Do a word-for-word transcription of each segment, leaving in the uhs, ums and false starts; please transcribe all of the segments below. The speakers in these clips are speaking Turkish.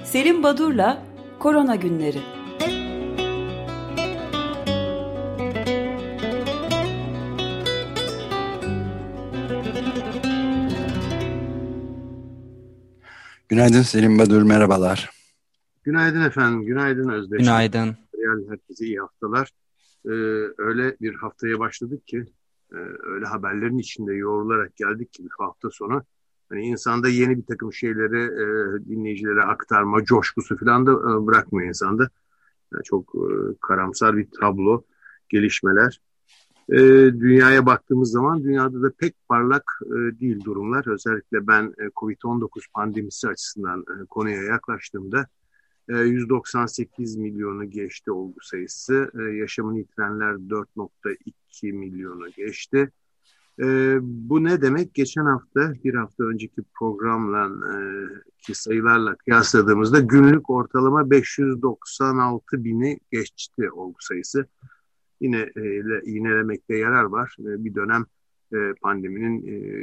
Selim Badur'la Korona Günleri. Günaydın Selim Badur, merhabalar. Günaydın efendim, günaydın Özdeş. Günaydın. Yani herkese iyi haftalar. Ee, öyle bir haftaya başladık ki, e, öyle haberlerin içinde yoğrularak geldik ki bir hafta sonu. Hani insanda yeni bir takım şeyleri e, dinleyicilere aktarma, coşkusu falan da e, bırakmıyor insanda. Yani çok e, karamsar bir tablo, gelişmeler. E, Dünyaya baktığımız zaman dünyada da pek parlak e, değil durumlar. Özellikle ben e, kovid on dokuz pandemisi açısından e, konuya yaklaştığımda yüz doksan sekiz milyonu geçti olgu sayısı. Yaşamını yitirenler dört nokta iki milyonu geçti. Bu ne demek? Geçen hafta, bir hafta önceki programla ki sayılarla kıyasladığımızda günlük ortalama beş yüz doksan altı bini geçti olgu sayısı. Yine e, iğnelemekte yarar var. Bir dönem pandeminin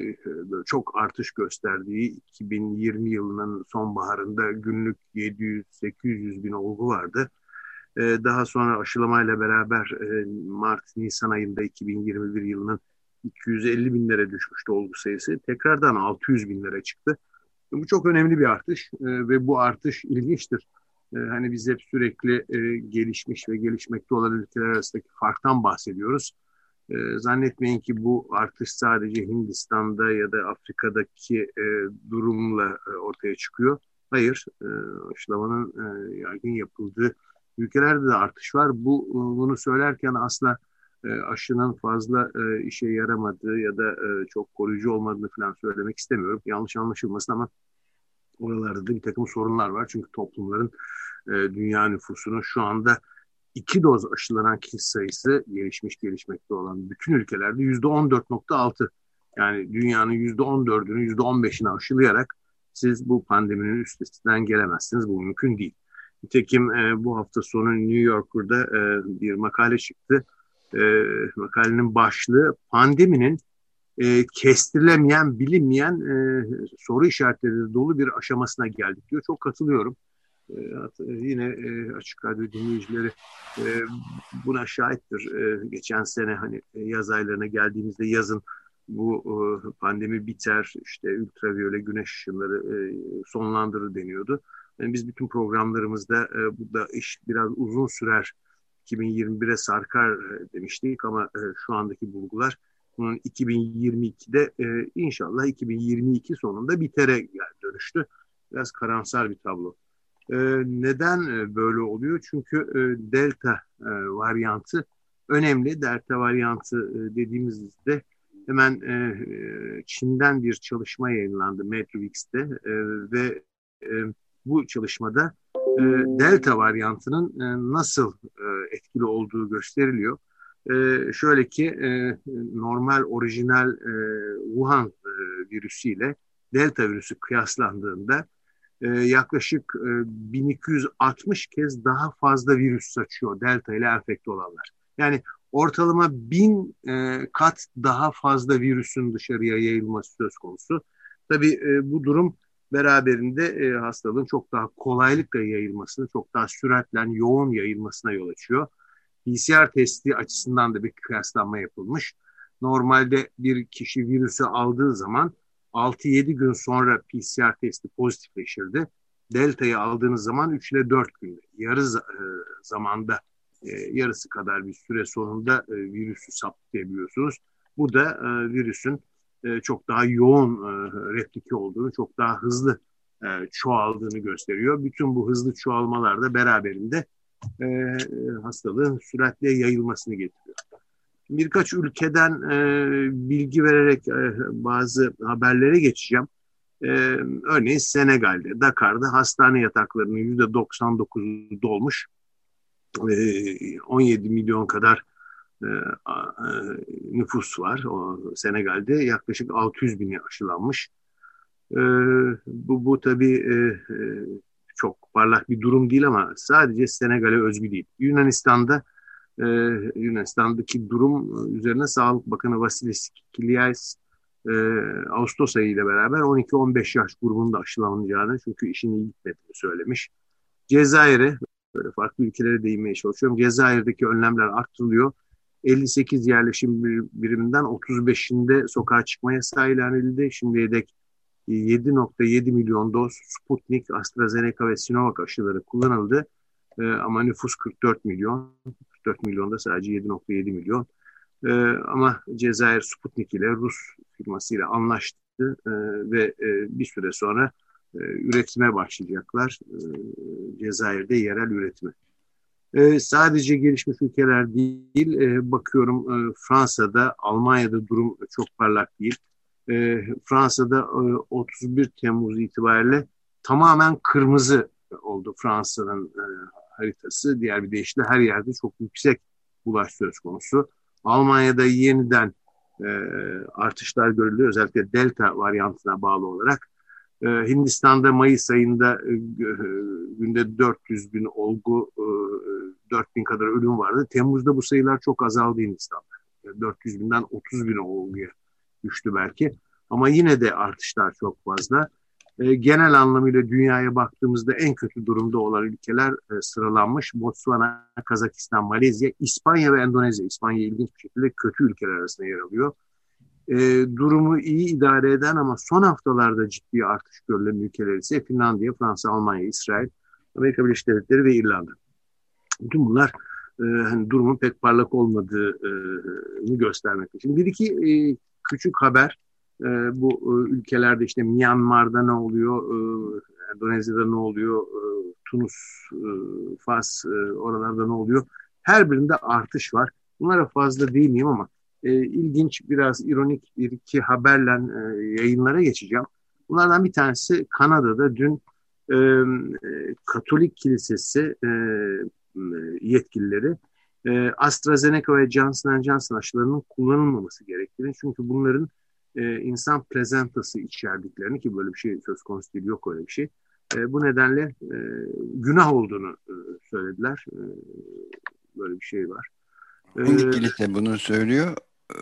çok artış gösterdiği iki bin yirmi yılının sonbaharında günlük yedi yüz sekiz yüz bin olgu vardı. Daha sonra aşılamayla beraber Mart-Nisan ayında iki bin yirmi bir yılının iki yüz elli binlere düşmüştü olgu sayısı. Tekrardan altı yüz binlere çıktı. Bu çok önemli bir artış ve bu artış ilginçtir. Hani biz hep sürekli gelişmiş ve gelişmekte olan ülkeler arasındaki farktan bahsediyoruz. E, zannetmeyin ki bu artış sadece Hindistan'da ya da Afrika'daki e, durumla e, ortaya çıkıyor. Hayır, e, aşılamanın e, yaygın yapıldığı ülkelerde de artış var. Bu bunu söylerken asla e, aşının fazla e, işe yaramadığı ya da e, çok koruyucu olmadığını falan söylemek istemiyorum. Yanlış anlaşılmasın ama oralarda da bir takım sorunlar var. Çünkü toplumların e, dünya nüfusunun şu anda İki doz aşılanan kişi sayısı gelişmiş gelişmekte olan bütün ülkelerde yüzde on dört nokta altı. Yani dünyanın yüzde on dördünü, yüzde on beşini aşılayarak siz bu pandeminin üstesinden gelemezsiniz. Bu mümkün değil. Nitekim e, bu hafta sonu New Yorker'da e, bir makale çıktı. E, makalenin başlığı pandeminin e, kestirilemeyen, bilinmeyen e, soru işaretleri dolu bir aşamasına geldik diyor. Çok katılıyorum. Yine Açık Radyo dinleyicileri buna şahittir. Geçen sene hani yaz aylarına geldiğimizde yazın bu pandemi biter, işte ultraviyole güneş ışınları sonlandırır deniyordu. Yani biz bütün programlarımızda bu da iş biraz uzun sürer, iki bin yirmi bire sarkar demiştik ama şu andaki bulgular bunun iki bin yirmi ikide inşallah iki bin yirmi iki sonunda bitere dönüştü. Biraz karamsar bir tablo. Ee, neden böyle oluyor? Çünkü e, delta e, varyantı önemli. Delta varyantı e, dediğimizde hemen e, Çin'den bir çalışma yayınlandı Matrix'te e, ve e, bu çalışmada e, delta varyantının e, nasıl e, etkili olduğu gösteriliyor. E, şöyle ki e, normal orijinal e, Wuhan e, virüsüyle delta virüsü kıyaslandığında Ee, yaklaşık e, bin iki yüz altmış kez daha fazla virüs saçıyor delta ile enfekte olanlar. Yani ortalama bin e, kat daha fazla virüsün dışarıya yayılması söz konusu. Tabii e, bu durum beraberinde e, hastalığın çok daha kolaylıkla yayılmasını, çok daha süratle yoğun yayılmasına yol açıyor. P C R testi açısından da bir kıyaslanma yapılmış. Normalde bir kişi virüsü aldığı zaman altı yedi gün sonra P C R testi pozitifleşirdi. Delta'yı aldığınız zaman üç ile dört günde, yarı e, zamanda e, yarısı kadar bir süre sonunda e, virüsü saptayabiliyorsunuz. Bu da e, virüsün e, çok daha yoğun e, replike olduğunu, çok daha hızlı e, çoğaldığını gösteriyor. Bütün bu hızlı çoğalmalar da beraberinde e, hastalığın süratle yayılmasını getiriyor. Birkaç ülkeden e, bilgi vererek e, bazı haberlere geçeceğim. E, örneğin Senegal'de, Dakar'da hastane yataklarının yüzde doksan dokuzu dolmuş. E, on yedi milyon kadar e, a, e, nüfus var o Senegal'de. Yaklaşık altı yüz bini aşılanmış. E, bu, bu tabii e, e, çok parlak bir durum değil ama sadece Senegal'e özgü değil. Yunanistan'da Ee, Yunanistan'daki durum üzerine Sağlık Bakanı Vasilis Kyriakis e, Ağustos ayı ile beraber on iki on beş yaş grubunda aşılanacağını, çünkü işin iyi gitmediğini söylemiş. Cezayir'e, böyle farklı ülkelere değinmeye çalışıyorum. Cezayir'deki önlemler arttırılıyor. elli sekiz yerleşim biriminden otuz beşinde sokağa çıkma yasağı ilan edildi. Şimdiye dek yedi nokta yedi milyon doz Sputnik, AstraZeneca ve Sinovac aşıları kullanıldı. Ee, ama nüfus kırk dört milyon. kırk dört milyonda sadece yedi nokta yedi milyon. Ee, ama Cezayir Sputnik ile Rus firmasıyla anlaştı ee, ve e, bir süre sonra e, üretime başlayacaklar. E, Cezayir'de yerel üretime. E, sadece gelişmiş ülkeler değil, e, bakıyorum e, Fransa'da, Almanya'da durum çok parlak değil. E, Fransa'da e, otuz bir Temmuz itibariyle tamamen kırmızı oldu Fransa'nın e, haritası. Diğer bir deyişle her yerde çok yüksek bulaş söz konusu. Almanya'da yeniden e, artışlar görülüyor, özellikle Delta varyantına bağlı olarak. Ee, Hindistan'da Mayıs ayında e, günde dört yüz bin olgu, e, dört bin kadar ölüm vardı. Temmuz'da bu sayılar çok azaldı Hindistan'da. dört yüz binden otuz bin olguya düştü belki. Ama yine de artışlar çok fazla. E, genel anlamıyla dünyaya baktığımızda en kötü durumda olan ülkeler e, sıralanmış. Botswana, Kazakistan, Malezya, İspanya ve Endonezya. İspanya ilginç bir şekilde kötü ülkeler arasında yer alıyor. E, durumu iyi idare eden ama son haftalarda ciddi artış görülen ülkeler ise Finlandiya, Fransa, Almanya, İsrail, Amerika Birleşik Devletleri ve İrlanda. Bütün bunlar e, hani durumun pek parlak olmadığını göstermekte. Şimdi bir iki e, küçük haber, e, bu e, ülkelerde işte Myanmar'da ne oluyor, e, Endonezya'da ne oluyor, e, Tunus, e, Fas, e, oralarda ne oluyor? Her birinde artış var. Bunlara fazla değineyim ama e, ilginç, biraz ironik bir iki haberle e, yayınlara geçeceğim. Bunlardan bir tanesi Kanada'da dün e, Katolik Kilisesi e, yetkilileri e, AstraZeneca ve Johnson and Johnson aşılarının kullanılmaması gerektiğini, çünkü bunların e, insan plazentası içerdiklerini, ki böyle bir şey söz konusu değil, yok öyle bir şey. E, bu nedenle e, günah olduğunu e, söylediler. E, böyle bir şey var. Hangi kilise bunu söylüyor?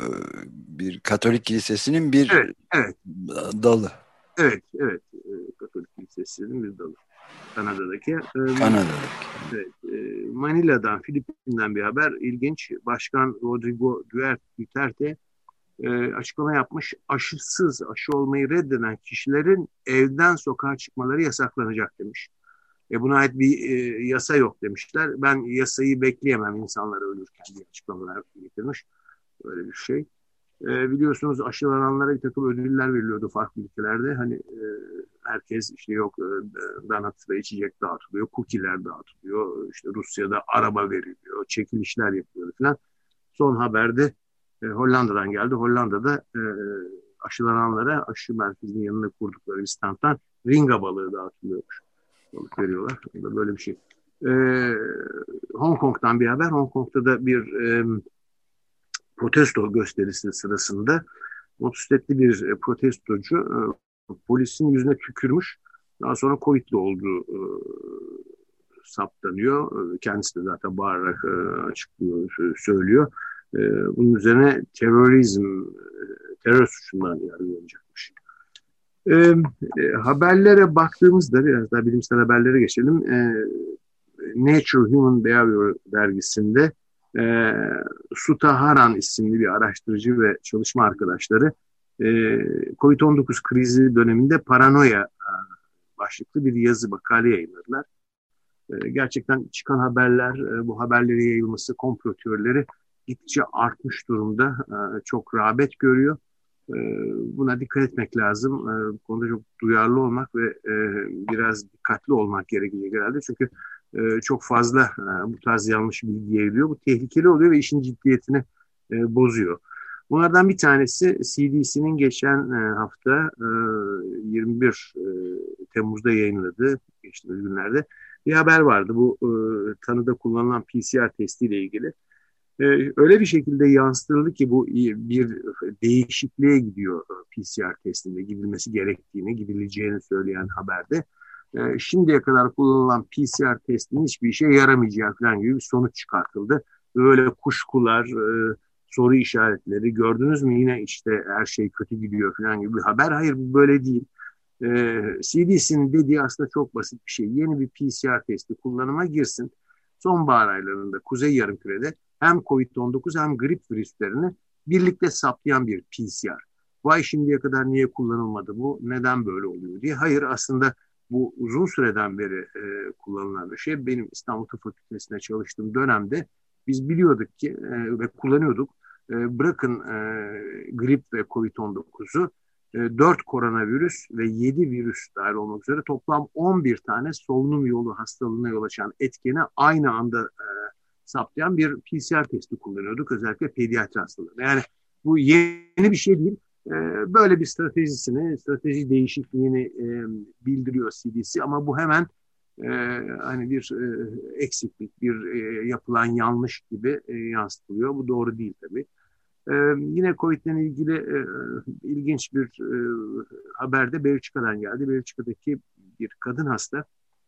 Bir Katolik kilisesinin bir evet, evet. dalı. Evet, evet. Katolik kilisesinin bir dalı. Kanada'daki. Kanada'daki. Evet, Manila'dan, Filipin'den bir haber. İlginç. Başkan Rodrigo Duterte e, açıklama yapmış. Aşısız, aşı olmayı reddeden kişilerin evden sokağa çıkmaları yasaklanacak demiş. E, buna ait bir e, yasa yok demişler. Ben yasayı bekleyemem insanlar ölürken diye açıklamalar getirmiş. Böyle bir şey. E, biliyorsunuz aşılananlara bir takım ödüller veriliyordu farklı ülkelerde. Hani e, herkes işte yok e, donut ve içecek dağıtılıyor, cookie'ler dağıtılıyor. İşte Rusya'da araba veriliyor, çekilişler yapılıyor falan. Son haberde e, Hollanda'dan geldi. Hollanda'da e, aşılananlara aşı merkezinin yanına kurdukları bir standtan ringa balığı dağıtılıyormuş. Balık veriyorlar. Böyle bir şey. E, Hong Kong'dan bir haber. Hong Kong'da da bir e, protesto gösterisi sırasında motosikletli bir e, protestocu e, polisin yüzüne tükürmüş. Daha sonra Covid'li olduğu e, saptanıyor. E, kendisi de zaten bağırarak e, açıklıyor, söylüyor. E, bunun üzerine terörizm, e, terör suçundan yargılanacakmış. E, e, haberlere baktığımızda biraz daha bilimsel haberlere geçelim. E, Nature Human Behavior dergisinde e, Suta Haran isimli bir araştırıcı ve çalışma arkadaşları e, kovid on dokuz krizi döneminde paranoya e, başlıklı bir yazı, makale yayınladılar. E, gerçekten çıkan haberler, e, bu haberleri yayılması, komplo teorileri gittikçe artmış durumda. E, çok rağbet görüyor. E, buna dikkat etmek lazım. E, bu konuda çok duyarlı olmak ve e, biraz dikkatli olmak gerekecek herhalde. Çünkü e, çok fazla e, bu tarz yanlış bilgi yayılıyor. Bu tehlikeli oluyor ve işin ciddiyetini e, bozuyor. Bunlardan bir tanesi C D C'nin geçen e, hafta e, yirmi bir e, Temmuz'da yayınladığı, geçtiğimiz günlerde bir haber vardı. Bu e, tanıda kullanılan P C R testiyle ilgili. E, öyle bir şekilde yansıtıldı ki bu bir değişikliğe gidiyor P C R testinde, gidilmesi gerektiğini, gidileceğini söyleyen haberde. E, şimdiye kadar kullanılan P C R testinin hiçbir işe yaramayacağı falan gibi bir sonuç çıkartıldı. Böyle kuşkular, e, soru işaretleri. Gördünüz mü yine işte her şey kötü gidiyor falan gibi bir haber. Hayır, bu böyle değil. Ee, C D C'nin dediği aslında çok basit bir şey. Yeni bir P C R testi kullanıma girsin. Sonbahar aylarında Kuzey Yarımküre'de hem covid on dokuz hem grip virüslerini birlikte saptayan bir P C R. Vay şimdiye kadar niye kullanılmadı bu? Neden böyle oluyor diye. Hayır, aslında bu uzun süreden beri e, kullanılan bir şey. Benim İstanbul Tıp Fakültesi'nde çalıştığım dönemde biz biliyorduk ki e, ve kullanıyorduk. E, bırakın e, grip ve covid on dokuzu, dört koronavirüs ve yedi virüs dahil olmak üzere toplam on bir tane solunum yolu hastalığına yol açan etkeni aynı anda e, saptayan bir P C R testi kullanıyorduk. Özellikle pediatri hastalarında. Yani bu yeni bir şey değil. E, böyle bir stratejisini, strateji değişikliğini e, bildiriyor C D C ama bu hemen e, hani bir e, eksiklik, bir e, yapılan yanlış gibi e, yansıtılıyor. Bu doğru değil tabii. Ee, yine Covid ile ilgili e, ilginç bir e, haber de Belçika'dan geldi. Belçika'daki bir kadın hasta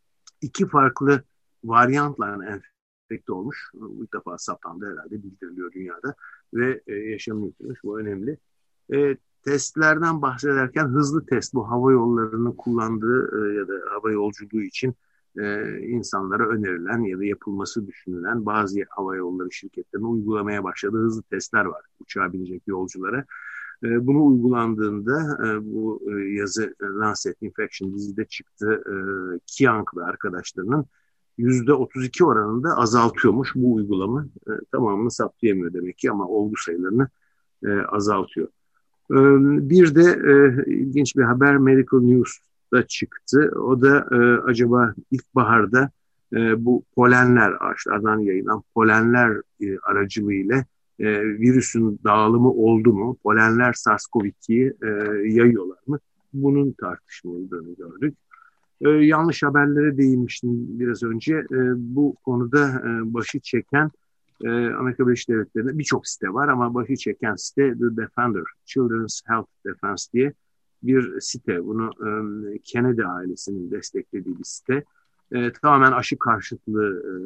iki farklı varyantla enfekte olmuş. İlk defa saptandı herhalde, bildiriliyor dünyada ve e, yaşamını yitirmiş. Bu önemli. E, testlerden bahsederken hızlı test, bu hava yollarının kullandığı e, ya da hava yolculuğu için e, insanlara önerilen ya da yapılması düşünülen bazı hava yolları şirketlerinin uygulamaya başladığı hızlı testler var uçağa binecek yolculara. E, bunu uygulandığında e, bu e, yazı Lancet Infection dizide çıktı. E, Kiang ve arkadaşlarının yüzde otuz iki oranında azaltıyormuş bu uygulama. E, tamamını saptayamıyor demek ki ama olgu sayılarını e, azaltıyor. E, bir de e, ilginç bir haber Medical News'da çıktı. O da e, acaba ilkbaharda e, bu polenler, ağaçlardan yayılan polenler e, aracılığıyla e, virüsün dağılımı oldu mu? Polenler SARS-CoV ikiyi e, yayıyorlar mı? Bunun tartışıldığını gördük. E, yanlış haberlere değinmiştim biraz önce. E, bu konuda e, başı çeken e, Amerika Birleşik Devletleri'nde birçok site var ama başı çeken site The Defender, Children's Health Defense diye bir site. Bunu e, Kennedy ailesinin desteklediği bir site. E, tamamen aşı karşıtlığı e,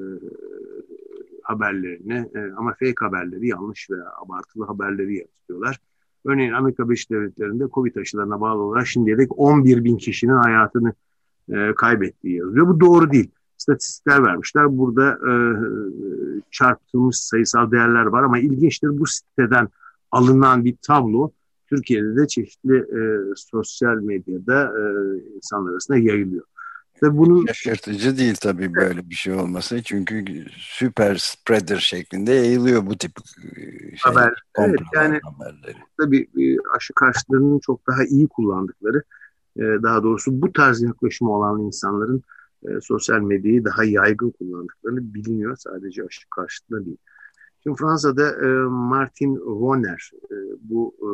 haberlerini e, ama fake haberleri, yanlış veya abartılı haberleri yaratıyorlar. Örneğin Amerika Birleşik Devletleri'nde Covid aşılarına bağlı olarak şimdiye dek on bir bin kişinin hayatını e, kaybettiği yazıyor. Bu doğru değil. İstatistikler vermişler. Burada e, çarpıtılmış sayısal değerler var ama ilginçtir, bu siteden alınan bir tablo Türkiye'de de çeşitli e, sosyal medyada e, insanlar arasında yayılıyor. Ve bunun şaşırtıcı değil tabii böyle bir şey olması. Çünkü süper spreader şeklinde yayılıyor bu tip şey, haber, evet, yani haberleri. Tabii aşı karşıtlarının çok daha iyi kullandıkları, daha doğrusu bu tarz yaklaşımı olan insanların e, sosyal medyayı daha yaygın kullandıklarını biliniyor. Sadece aşı karşıtlığı değil. Şimdi Fransa'da e, Martin Vonner, e, bu e,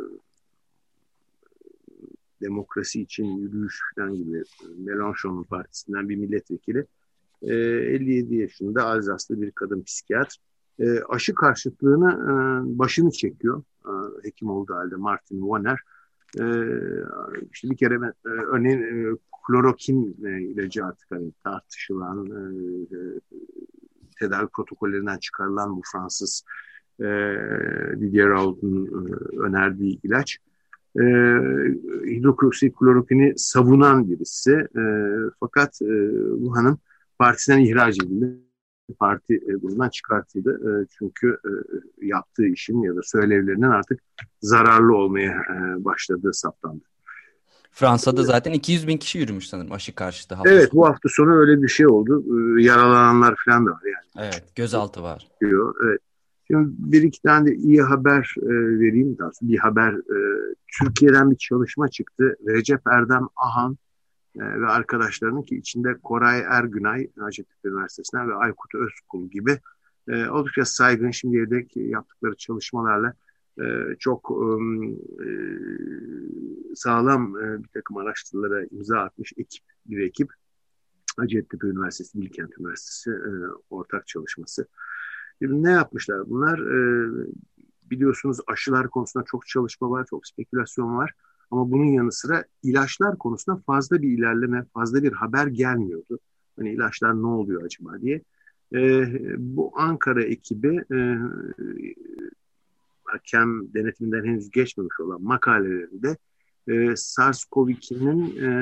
demokrasi için yürüyüş falan gibi Mélenchon'un partisinden bir milletvekili, e, elli yedi yaşında Alzas'ta bir kadın psikiyatr. E, aşı karşıtlığını e, başını çekiyor. E, hekim olduğu halde Martin Vonner. Ee, işte bir kere ben, e, örneğin e, klorokin e, ilacı artık hani tartışılan e, e, tedavi protokollerinden çıkarılan bu Fransız e, Didier Raoult'un e, önerdiği ilaç. E, hidroksiklorokini savunan birisi. E, fakat e, bu hanım partisinden ihraç edildi. Parti e, bundan çıkartıldı. E, çünkü e, yaptığı işin ya da söylevlerinin artık zararlı olmaya e, başladığı saptandı. Fransa'da zaten iki yüz bin kişi yürümüş sanırım aşı karşıtı hafta Evet, sonu. bu hafta sonu öyle bir şey oldu. E, yaralananlar falan da var yani. Evet, gözaltı var. Evet. Şimdi bir iki tane de iyi haber e, vereyim. Daha bir haber, e, Türkiye'den bir çalışma çıktı. Recep Erdem Ahan e, ve arkadaşlarının, ki içinde Koray Ergünay Hacettepe Üniversitesi'nden ve Aykut Özkul gibi e, oldukça saygın, şimdiye dek yaptıkları çalışmalarla e, çok e, sağlam e, bir takım araştırmalara imza atmış ekip, bir ekip. Hacettepe Üniversitesi, Bilkent Üniversitesi e, ortak çalışması. Şimdi ne yapmışlar bunlar? E, biliyorsunuz aşılar konusunda çok çalışma var, çok spekülasyon var. Ama bunun yanı sıra ilaçlar konusunda fazla bir ilerleme, fazla bir haber gelmiyordu. Hani ilaçlar ne oluyor acaba diye. E, bu Ankara ekibi e, hakem denetiminden henüz geçmemiş olan makalelerinde e, SARS-CoV iki'nin e,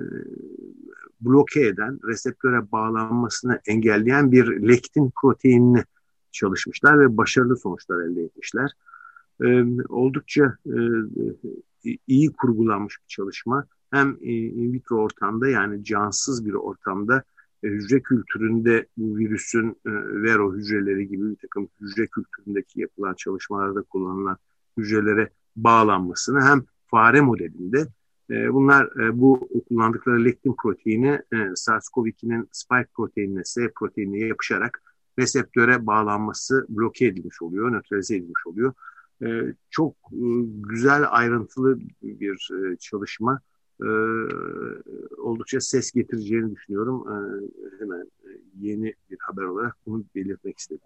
bloke eden, reseptöre bağlanmasını engelleyen bir lektin proteinini çalışmışlar ve başarılı sonuçlar elde etmişler. E, oldukça e, iyi kurgulanmış bir çalışma. Hem in vitro ortamda, yani cansız bir ortamda e, hücre kültüründe bu virüsün e, vero hücreleri gibi bir takım hücre kültüründeki yapılan çalışmalarda kullanılan hücrelere bağlanmasını, hem fare modelinde e, bunlar e, bu kullandıkları lektin proteini e, SARS-CoV iki'nin spike proteinine, S proteinine yapışarak reseptöre bağlanması bloke edilmiş oluyor, nötralize edilmiş oluyor. E, çok e, güzel, ayrıntılı bir e, çalışma. E, oldukça ses getireceğini düşünüyorum. E, hemen e, yeni bir haber olarak bunu belirtmek istedim.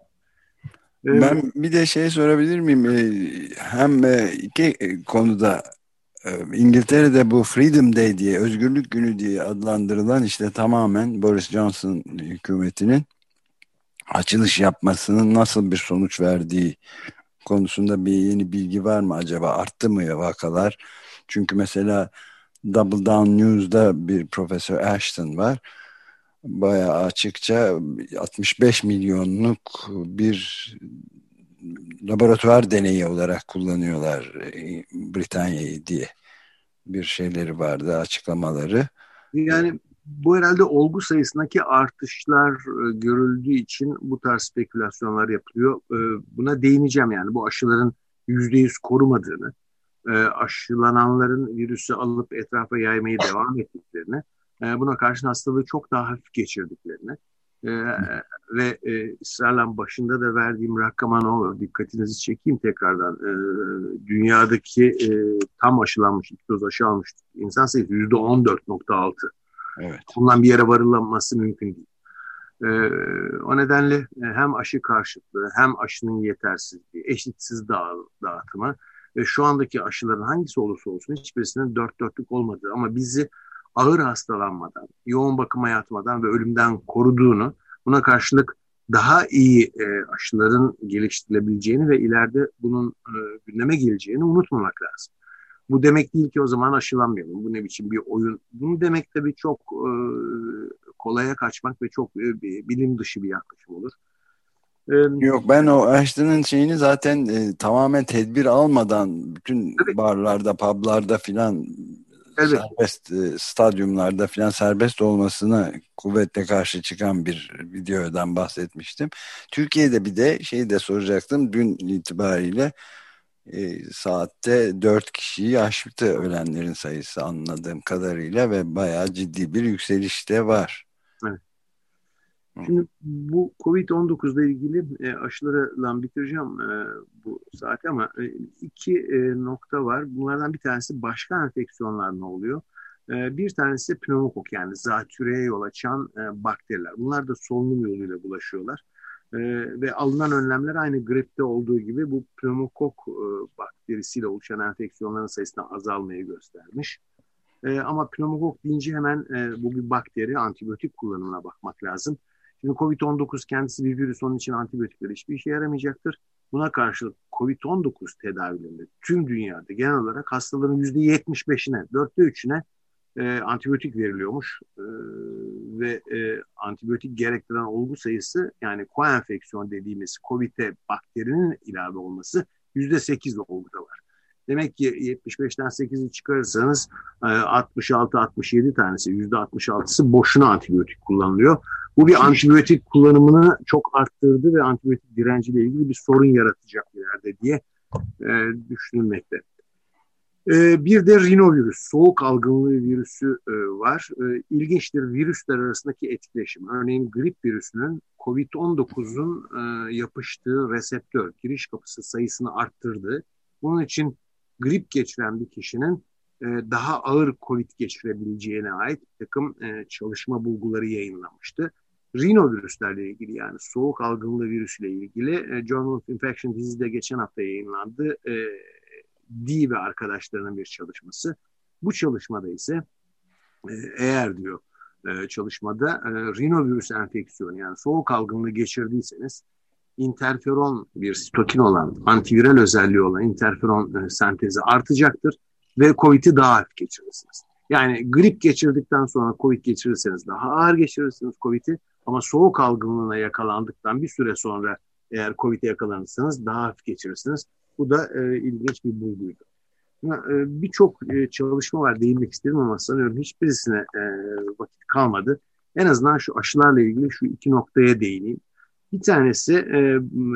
E, Ben bir de şey sorabilir miyim? E, hem e, iki konuda e, İngiltere'de bu Freedom Day diye, Özgürlük Günü diye adlandırılan, işte tamamen Boris Johnson hükümetinin açılış yapmasının nasıl bir sonuç verdiği konusunda bir yeni bilgi var mı acaba? Arttı mı vakalar? Çünkü mesela Double Down News'da bir Profesör Ashton var. Bayağı açıkça altmış beş milyonluk bir laboratuvar deneyi olarak kullanıyorlar Britanya'yı diye bir şeyleri vardı, açıklamaları. Yani bu herhalde olgu sayısındaki artışlar e, görüldüğü için bu tarz spekülasyonlar yapılıyor. E, buna değineceğim, yani bu aşıların yüzde yüz korumadığını, e, aşılananların virüsü alıp etrafa yaymayı devam ettiklerini, e, buna karşın hastalığı çok daha hafif geçirdiklerini e, ve e, ısrarla başında da verdiğim rakama ne olur dikkatinizi çekeyim tekrardan. E, dünyadaki e, tam aşılanmış, iki doz aşı almış insan sayısı yüzde on dört nokta altı. Evet. Bundan bir yere varılaması mümkün değil. Ee, o nedenle hem aşı karşıtlığı, hem aşının yetersizliği, eşitsiz dağ- dağıtımı ve şu andaki aşıların hangisi olursa olsun hiçbirisinin dört dörtlük olmadığı ama bizi ağır hastalanmadan, yoğun bakıma yatmadan ve ölümden koruduğunu, buna karşılık daha iyi e, aşıların geliştirilebileceğini ve ileride bunun e, gündeme geleceğini unutmamak lazım. Bu demek değil ki o zaman aşılanmayalım. Bu ne biçim bir oyun? Bunu demek tabii çok e, kolaya kaçmak ve çok e, bilim dışı bir yaklaşım olur. E, Yok, ben o Ashton'ın şeyini zaten e, tamamen tedbir almadan bütün tabii, barlarda, publarda filan, elbette. serbest e, stadyumlarda filan serbest olmasına kuvvetle karşı çıkan bir videodan bahsetmiştim. Türkiye'de bir de şeyi de soracaktım. Dün itibariyle e, saatte dört kişiyi aştı ölenlerin sayısı anladığım kadarıyla ve bayağı ciddi bir yükseliş de var. Evet. Şimdi bu kovid on dokuz ile ilgili e, aşılarla bitireceğim e, bu saati ama e, iki e, nokta var. Bunlardan bir tanesi başka enfeksiyonlar ne oluyor? E, bir tanesi pneumokok, yani zatürreye yol açan e, bakteriler. Bunlar da solunum yoluyla bulaşıyorlar. E, ve alınan önlemler aynı gripte olduğu gibi bu pneumokok e, bakterisiyle oluşan enfeksiyonların sayısını azalmayı göstermiş. E, ama pneumokok deyince hemen e, bu bir bakteri, antibiyotik kullanımına bakmak lazım. Şimdi kovid on dokuz kendisi bir virüs, onun için antibiyotikler hiçbir işe yaramayacaktır. Buna karşılık kovid on dokuz tedavilerinde tüm dünyada genel olarak hastaların yüzde yetmiş beşine, dörtte üçüne e, antibiyotik veriliyormuş. E, ve e, antibiyotik gerektiren olgu sayısı, yani koenfeksiyon dediğimiz COVID'e bakterinin ilave olması yüzde sekiz olguda var. Demek ki yetmiş beşten sekizi çıkarırsanız altmış altı altmış yedi tanesi, yüzde altmış altısı boşuna antibiyotik kullanılıyor. Bu bir antibiyotik kullanımını çok arttırdı ve antibiyotik direnciyle ilgili bir sorun yaratacak ileride diye e, düşünülmekte. E, bir de rinovirüs, soğuk algınlığı virüsü e, var. E, ilginçtir virüsler arasındaki etkileşim. Örneğin grip virüsünün kovid on dokuzun e, yapıştığı reseptör, giriş kapısı sayısını arttırdı. Bunun için grip geçiren bir kişinin e, daha ağır COVID geçirebileceğine ait bir takım e, çalışma bulguları yayınlanmıştı. Rinovirüslerle ilgili, yani soğuk algınlığı virüsüyle ilgili e, Journal of Infectious Disease'de geçen hafta yayınlandı. E, Dee ve arkadaşlarının bir çalışması. Bu çalışmada ise e, eğer diyor e, çalışmada e, rinovirüs enfeksiyonu, yani soğuk algınlığı geçirdiyseniz interferon bir sitokin olan, antiviral özelliği olan interferon e, sentezi artacaktır ve COVID'i daha hafif geçirirsiniz. Yani grip geçirdikten sonra COVID geçirirseniz daha ağır geçirirsiniz COVID'i ama soğuk algınlığına yakalandıktan bir süre sonra eğer COVID'e yakalanırsanız daha hafif geçirirsiniz. Bu da e, ilginç bir bulguydu. E, Birçok e, çalışma var, değinmek istedim ama sanıyorum hiçbirisine e, vakit kalmadı. En azından şu aşılarla ilgili şu iki noktaya değineyim. Bir tanesi e, e,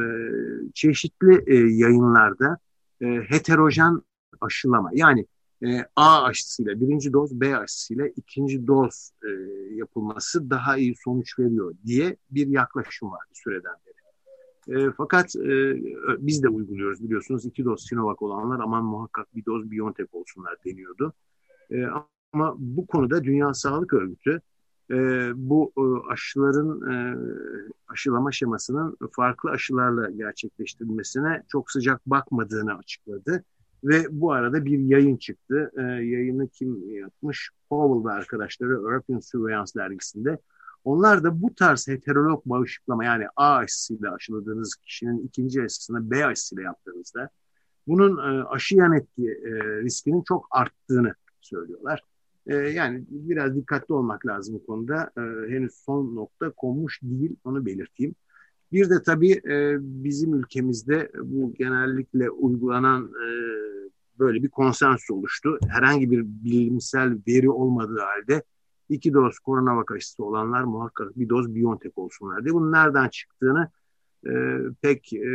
çeşitli e, yayınlarda e, heterojen aşılama. Yani e, A aşısıyla birinci doz, B aşısıyla ikinci doz e, yapılması daha iyi sonuç veriyor diye bir yaklaşım var bir süreden beri. E, fakat e, biz de uyguluyoruz biliyorsunuz. İki doz Sinovac olanlar aman muhakkak bir doz BioNTech olsunlar deniyordu. E, ama bu konuda Dünya Sağlık Örgütü e, bu e, aşıların e, aşılama şemasının farklı aşılarla gerçekleştirilmesine çok sıcak bakmadığını açıkladı. Ve bu arada bir yayın çıktı. E, yayını kim yapmış? Powell ve arkadaşları European Surveillance dergisinde. Onlar da bu tarz heterolog bağışıklama yani A aşısıyla aşıladığınız kişinin ikinci aşısını B aşısıyla yaptığınızda bunun e, aşı yan etki e, riskinin çok arttığını söylüyorlar. E, yani biraz dikkatli olmak lazım bu konuda. E, henüz son nokta konmuş değil, onu belirteyim. Bir de tabii e, bizim ülkemizde bu genellikle uygulanan e, böyle bir konsensüs oluştu. Herhangi bir bilimsel veri olmadığı halde iki doz koronavac aşısı olanlar muhakkak bir doz BioNTech olsunlar diye. Bunun nereden çıktığını e, pek e,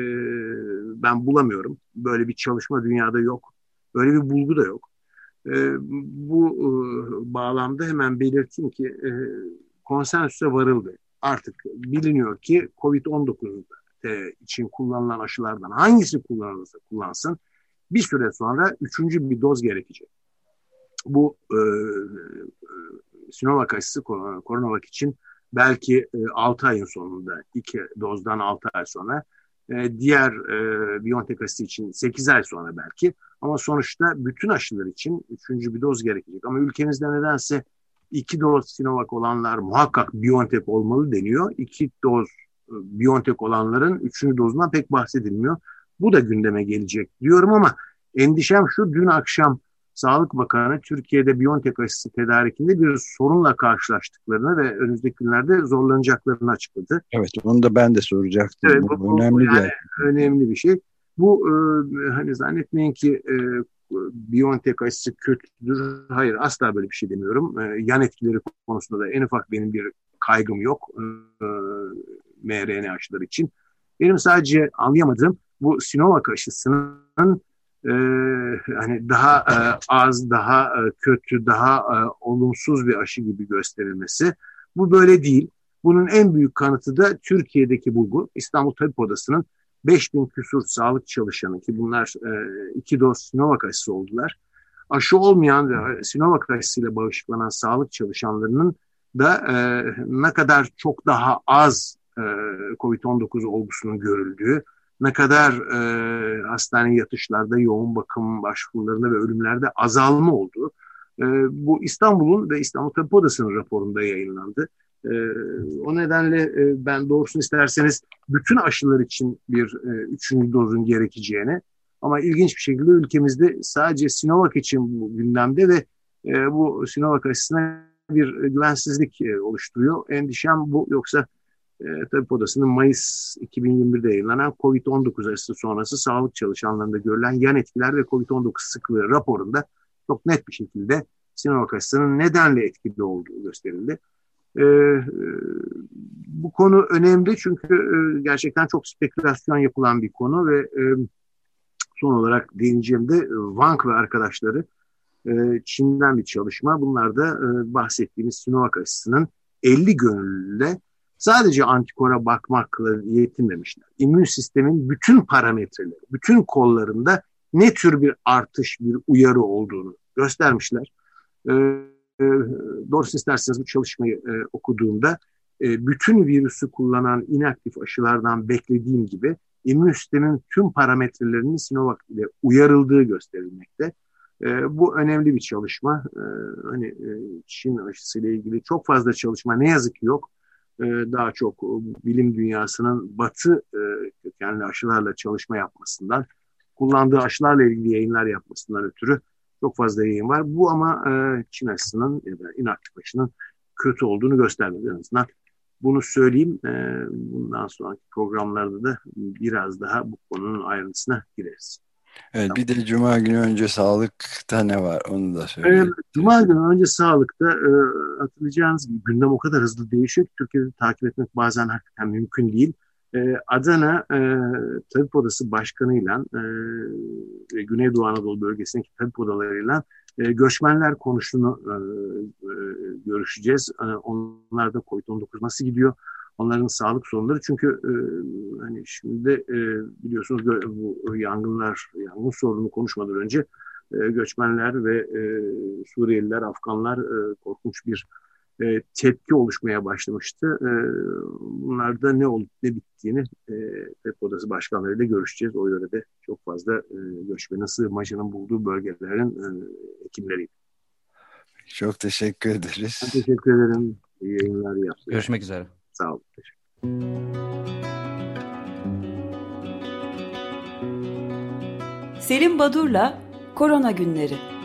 ben bulamıyorum. Böyle bir çalışma dünyada yok. Böyle bir bulgu da yok. E, bu e, bağlamda hemen belirteyim ki e, konsensüse varıldı. Artık biliniyor ki kovid on dokuz için kullanılan aşılardan hangisi kullanılırsa kullansın bir süre sonra üçüncü bir doz gerekecek. Bu e, Sinovac aşısı koronavac için belki e, altı ayın sonunda iki dozdan altı ay sonra e, diğer e, BioNTech aşısı için sekiz ay sonra belki ama sonuçta bütün aşılar için üçüncü bir doz gerekecek. Ama ülkemizde nedense iki doz Sinovac olanlar muhakkak BioNTech olmalı deniyor. İki doz BioNTech olanların üçüncü dozundan pek bahsedilmiyor. Bu da gündeme gelecek diyorum ama endişem şu, dün akşam Sağlık Bakanı Türkiye'de BioNTech aşısı tedarikinde bir sorunla karşılaştıklarını ve önümüzdeki günlerde zorlanacaklarını açıkladı. Evet, onu da ben de soracaktım. Evet, bu, bu, önemli yani bir önemli bir şey. Bu e, hani zannetmeyin ki e, BioNTech aşısı kötüdür. Hayır, asla böyle bir şey demiyorum. E, yan etkileri konusunda da en ufak benim bir kaygım yok. E, M R N A aşıları için. Benim sadece anlayamadığım bu Sinovac aşısının e, hani daha e, az, daha e, kötü, daha e, olumsuz bir aşı gibi gösterilmesi. Bu böyle değil. Bunun en büyük kanıtı da Türkiye'deki bulgu. İstanbul Tabip Odası'nın beş bin küsur sağlık çalışanı ki bunlar e, iki doz Sinovac aşısı oldular. Aşı olmayan ve Sinovac aşısıyla bağışıklanan sağlık çalışanlarının da e, ne kadar çok daha az e, kovid on dokuz olgusunun görüldüğü, ne kadar e, hastane yatışlarda, yoğun bakım başvurularında ve ölümlerde azalma olduğu e, bu İstanbul'un ve İstanbul Tabip Odası'nın raporunda yayınlandı. E, o nedenle e, ben doğrusunu isterseniz bütün aşılar için bir e, üçüncü dozun gerekeceğini ama ilginç bir şekilde ülkemizde sadece Sinovac için bu gündemde ve e, bu Sinovac aşısına bir güvensizlik e, oluşturuyor. Endişem bu, yoksa e, Tabip Odası'nın Mayıs iki bin yirmi birde yayınlanan kovid on dokuz aşısı sonrası sağlık çalışanlarında görülen yan etkiler ve kovid on dokuz sıklığı raporunda çok net bir şekilde Sinovac aşısının nedenle etkili olduğu gösterildi. E, e, bu konu önemli çünkü e, gerçekten çok spekülasyon yapılan bir konu ve e, son olarak değineceğim de Wang ve arkadaşları e, Çin'den bir çalışma. Bunlar da e, bahsettiğimiz Sinovac aşısının elli gönüllüyle sadece antikora bakmakla yetinmemişler. İmmün sistemin bütün parametreleri, bütün kollarında ne tür bir artış, bir uyarı olduğunu göstermişler. E, e, doğrusu isterseniz bu çalışmayı e, okuduğumda e, bütün virüsü kullanan inaktif aşılardan beklediğim gibi immün sistemin tüm parametrelerinin Sinovac ile uyarıldığı gösterilmekte. E, bu önemli bir çalışma. E, hani e, Çin aşısıyla ilgili çok fazla çalışma ne yazık ki yok. daha çok bilim dünyasının batı kökenli aşılarla çalışma yapmasından, kullandığı aşılarla ilgili yayınlar yapmasından ötürü çok fazla yayın var. Bu ama Çin aşısının ya da inaktif aşının kötü olduğunu göstermez en azından. Bunu söyleyeyim. Bundan sonraki programlarda da biraz daha bu konunun ayrıntısına gireriz. Evet, tamam. Bir de Cuma günü önce sağlıkta ne var onu da söyleyeyim. Evet, Cuma günü önce sağlıkta e, hatırlayacağınız gibi gündem o kadar hızlı değişiyor ki Türkiye'de takip etmek bazen hakikaten mümkün değil. E, Adana e, Tabip Odası Başkanı'yla e, ve Güneydoğu Anadolu bölgesindeki tabip odalarıyla e, göçmenler konusunu e, e, görüşeceğiz. E, onlar da COVID on dokuz nasıl gidiyor? Onların sağlık sorunları çünkü e, hani şimdi de e, biliyorsunuz bu yangınlar, yangın sorununu konuşmadan önce e, göçmenler ve e, Suriyeliler, Afganlar e, korkunç bir e, tepki oluşmaya başlamıştı. E, bunlarda ne olup ne bittiğini e, Tabip Odası başkanlarıyla görüşeceğiz. O yörede çok fazla e, göçmenin sığınmacının bulduğu bölgelerin e, hekimleriydi. Çok teşekkür ederiz. Ben teşekkür ederim. İyi yayınlar yaptınız. Görüşmek üzere. Sağ olun. Selim Badur'la Korona Günleri.